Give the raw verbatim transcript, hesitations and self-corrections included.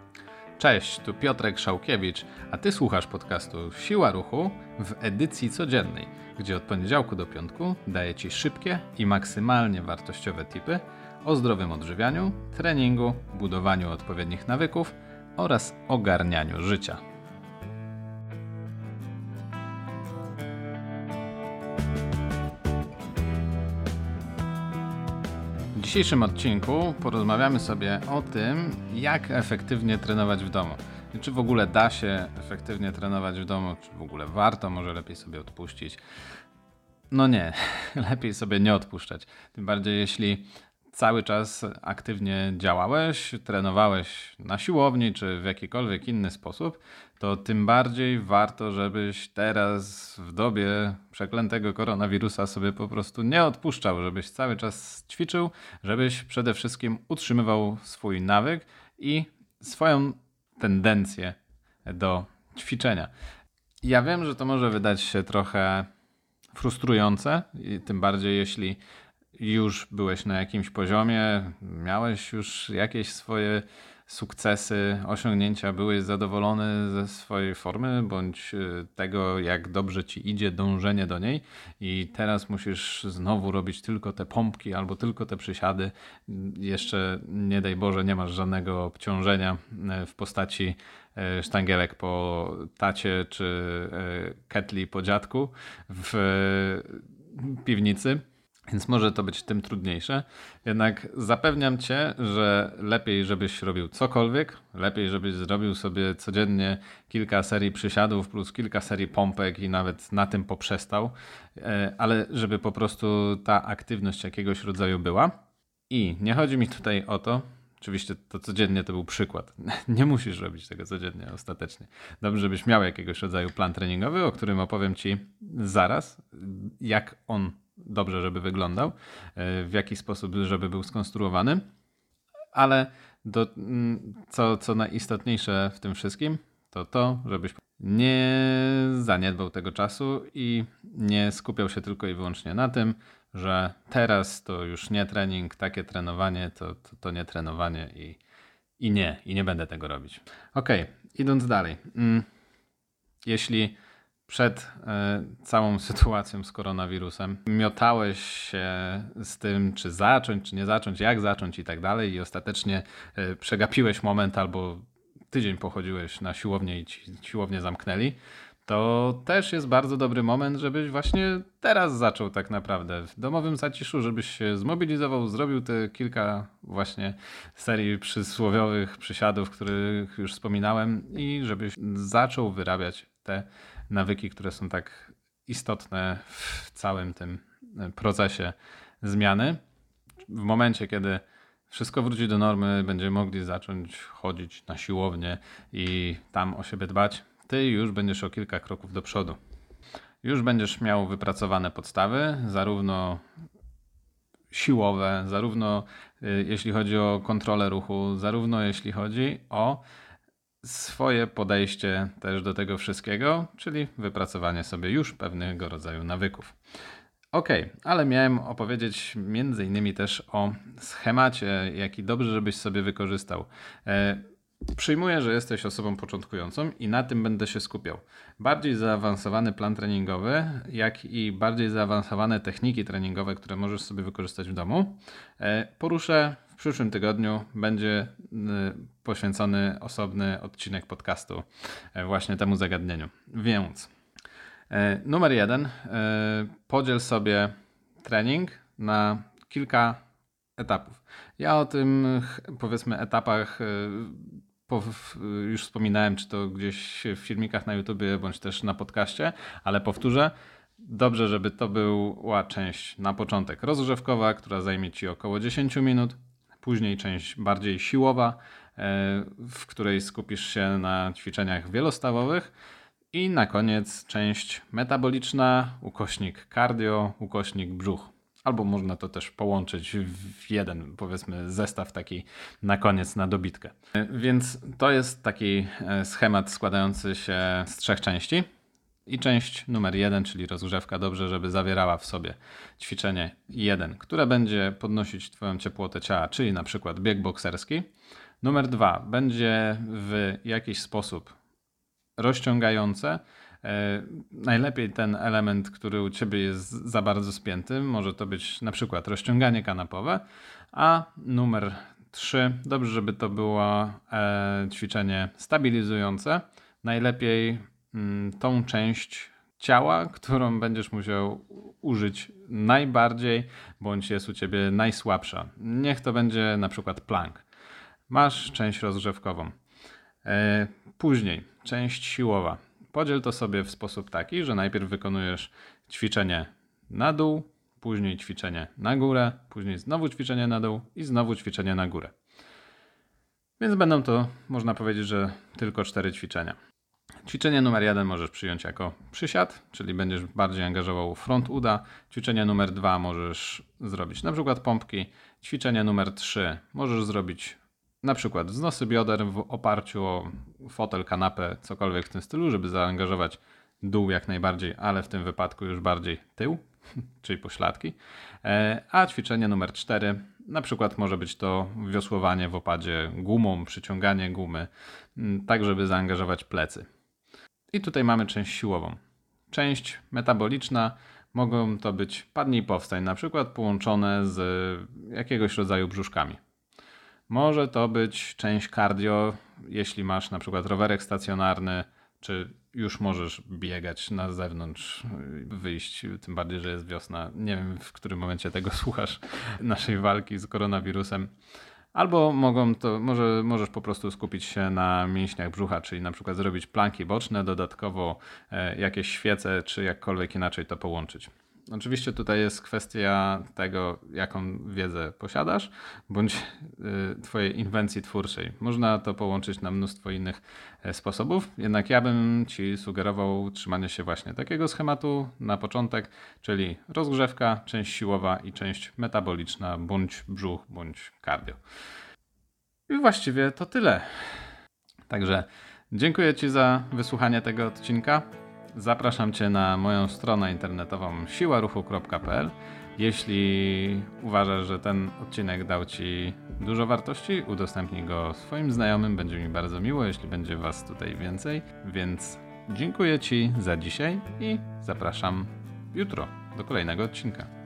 Cześć, tu Piotrek Szałkiewicz, a Ty słuchasz podcastu Siła Ruchu w edycji codziennej, gdzie od poniedziałku do piątku daję Ci szybkie i maksymalnie wartościowe tipy o zdrowym odżywianiu, treningu, budowaniu odpowiednich nawyków oraz ogarnianiu życia. W dzisiejszym odcinku porozmawiamy sobie o tym, jak efektywnie trenować w domu. I czy w ogóle da się efektywnie trenować w domu, czy w ogóle warto, może lepiej sobie odpuścić. No nie, lepiej sobie nie odpuszczać. Tym bardziej jeśli cały czas aktywnie działałeś, trenowałeś na siłowni, czy w jakikolwiek inny sposób, to tym bardziej warto, żebyś teraz w dobie przeklętego koronawirusa sobie po prostu nie odpuszczał, żebyś cały czas ćwiczył, żebyś przede wszystkim utrzymywał swój nawyk i swoją tendencję do ćwiczenia. Ja wiem, że to może wydać się trochę frustrujące, i tym bardziej jeśli już byłeś na jakimś poziomie, miałeś już jakieś swoje sukcesy, osiągnięcia, byłeś zadowolony ze swojej formy bądź tego, jak dobrze ci idzie dążenie do niej i teraz musisz znowu robić tylko te pompki albo tylko te przysiady. Jeszcze nie daj Boże nie masz żadnego obciążenia w postaci sztangielek po tacie czy ketli po dziadku w piwnicy. Więc może to być tym trudniejsze. Jednak zapewniam Cię, że lepiej, żebyś robił cokolwiek, lepiej, żebyś zrobił sobie codziennie kilka serii przysiadów plus kilka serii pompek i nawet na tym poprzestał, ale żeby po prostu ta aktywność jakiegoś rodzaju była. I nie chodzi mi tutaj o to, oczywiście to codziennie to był przykład. Nie musisz robić tego codziennie ostatecznie. Dobrze, żebyś miał jakiegoś rodzaju plan treningowy, o którym opowiem Ci zaraz, jak on dobrze, żeby wyglądał, w jaki sposób, żeby był skonstruowany, ale do, co, co najistotniejsze w tym wszystkim, to to, żebyś nie zaniedbał tego czasu i nie skupiał się tylko i wyłącznie na tym, że teraz to już nie trening, takie trenowanie to, to, to nie trenowanie i, i nie, i nie będę tego robić. Okej, idąc dalej. Jeśli przed y, całą sytuacją z koronawirusem miotałeś się z tym, czy zacząć, czy nie zacząć, jak zacząć i tak dalej i ostatecznie y, przegapiłeś moment albo tydzień pochodziłeś na siłownię i ci siłownię zamknęli, to też jest bardzo dobry moment, żebyś właśnie teraz zaczął tak naprawdę w domowym zaciszu, żebyś się zmobilizował, zrobił te kilka właśnie serii przysłowiowych przysiadów, których już wspominałem i żebyś zaczął wyrabiać te nawyki, które są tak istotne w całym tym procesie zmiany. W momencie, kiedy wszystko wróci do normy, będziemy mogli zacząć chodzić na siłownię i tam o siebie dbać, ty już będziesz o kilka kroków do przodu. Już będziesz miał wypracowane podstawy, zarówno siłowe, zarówno jeśli chodzi o kontrolę ruchu, zarówno jeśli chodzi o swoje podejście też do tego wszystkiego, czyli wypracowanie sobie już pewnego rodzaju nawyków. Okej, okay, ale miałem opowiedzieć między innymi też o schemacie, jaki dobrze, żebyś sobie wykorzystał. E, przyjmuję, że jesteś osobą początkującą i na tym będę się skupiał. Bardziej zaawansowany plan treningowy, jak i bardziej zaawansowane techniki treningowe, które możesz sobie wykorzystać w domu, e, poruszę w przyszłym tygodniu. Będzie poświęcony osobny odcinek podcastu właśnie temu zagadnieniu. Więc numer jeden, podziel sobie trening na kilka etapów. Ja o tym, powiedzmy, etapach już wspominałem, czy to gdzieś w filmikach na YouTubie, bądź też na podcaście, ale powtórzę, dobrze, żeby to była część na początek rozgrzewkowa, która zajmie Ci około dziesięć minut, później część bardziej siłowa, w której skupisz się na ćwiczeniach wielostawowych i na koniec część metaboliczna, ukośnik cardio, ukośnik brzuch. Albo można to też połączyć w jeden, powiedzmy, zestaw taki na koniec, na dobitkę. Więc to jest taki schemat składający się z trzech części. I część numer jeden, czyli rozgrzewka, dobrze, żeby zawierała w sobie ćwiczenie jeden, które będzie podnosić Twoją ciepłotę ciała, czyli na przykład bieg bokserski. Numer dwa będzie w jakiś sposób rozciągające. E, najlepiej ten element, który u Ciebie jest za bardzo spięty. Może to być na przykład rozciąganie kanapowe. A numer trzy, dobrze, żeby to było e, ćwiczenie stabilizujące. Najlepiej mm, tą część ciała, którą będziesz musiał użyć najbardziej, bądź jest u Ciebie najsłabsza. Niech to będzie na przykład plank. Masz część rozgrzewkową. E, później część siłowa. Podziel to sobie w sposób taki, że najpierw wykonujesz ćwiczenie na dół, później ćwiczenie na górę, później znowu ćwiczenie na dół i znowu ćwiczenie na górę. Więc będą to, można powiedzieć, że tylko cztery ćwiczenia. Ćwiczenie numer jeden możesz przyjąć jako przysiad, czyli będziesz bardziej angażował front uda. Ćwiczenie numer dwa możesz zrobić na przykład pompki. Ćwiczenie numer trzy możesz zrobić na przykład wznosy bioder w oparciu o fotel, kanapę, cokolwiek w tym stylu, żeby zaangażować dół jak najbardziej, ale w tym wypadku już bardziej tył, czyli pośladki. A ćwiczenie numer cztery, na przykład może być to wiosłowanie w opadzie gumą, przyciąganie gumy, tak żeby zaangażować plecy. I tutaj mamy część siłową. Część metaboliczna, mogą to być padnij powstań, na przykład połączone z jakiegoś rodzaju brzuszkami. Może to być część cardio, jeśli masz na przykład rowerek stacjonarny, czy już możesz biegać na zewnątrz, wyjść, tym bardziej, że jest wiosna. Nie wiem, w którym momencie tego słuchasz, naszej walki z koronawirusem. Albo mogą to, może, możesz po prostu skupić się na mięśniach brzucha, czyli na przykład zrobić planki boczne, dodatkowo e, jakieś świece, czy jakkolwiek inaczej to połączyć. Oczywiście tutaj jest kwestia tego, jaką wiedzę posiadasz, bądź y, twojej inwencji twórczej. Można to połączyć na mnóstwo innych e, sposobów, jednak ja bym Ci sugerował trzymanie się właśnie takiego schematu na początek, czyli rozgrzewka, część siłowa i część metaboliczna, bądź brzuch, bądź cardio. I właściwie to tyle. Także dziękuję Ci za wysłuchanie tego odcinka. Zapraszam Cię na moją stronę internetową siła ruchu kropka p l. Jeśli uważasz, że ten odcinek dał Ci dużo wartości, udostępnij go swoim znajomym. Będzie mi bardzo miło, jeśli będzie Was tutaj więcej. Więc dziękuję Ci za dzisiaj i zapraszam jutro do kolejnego odcinka.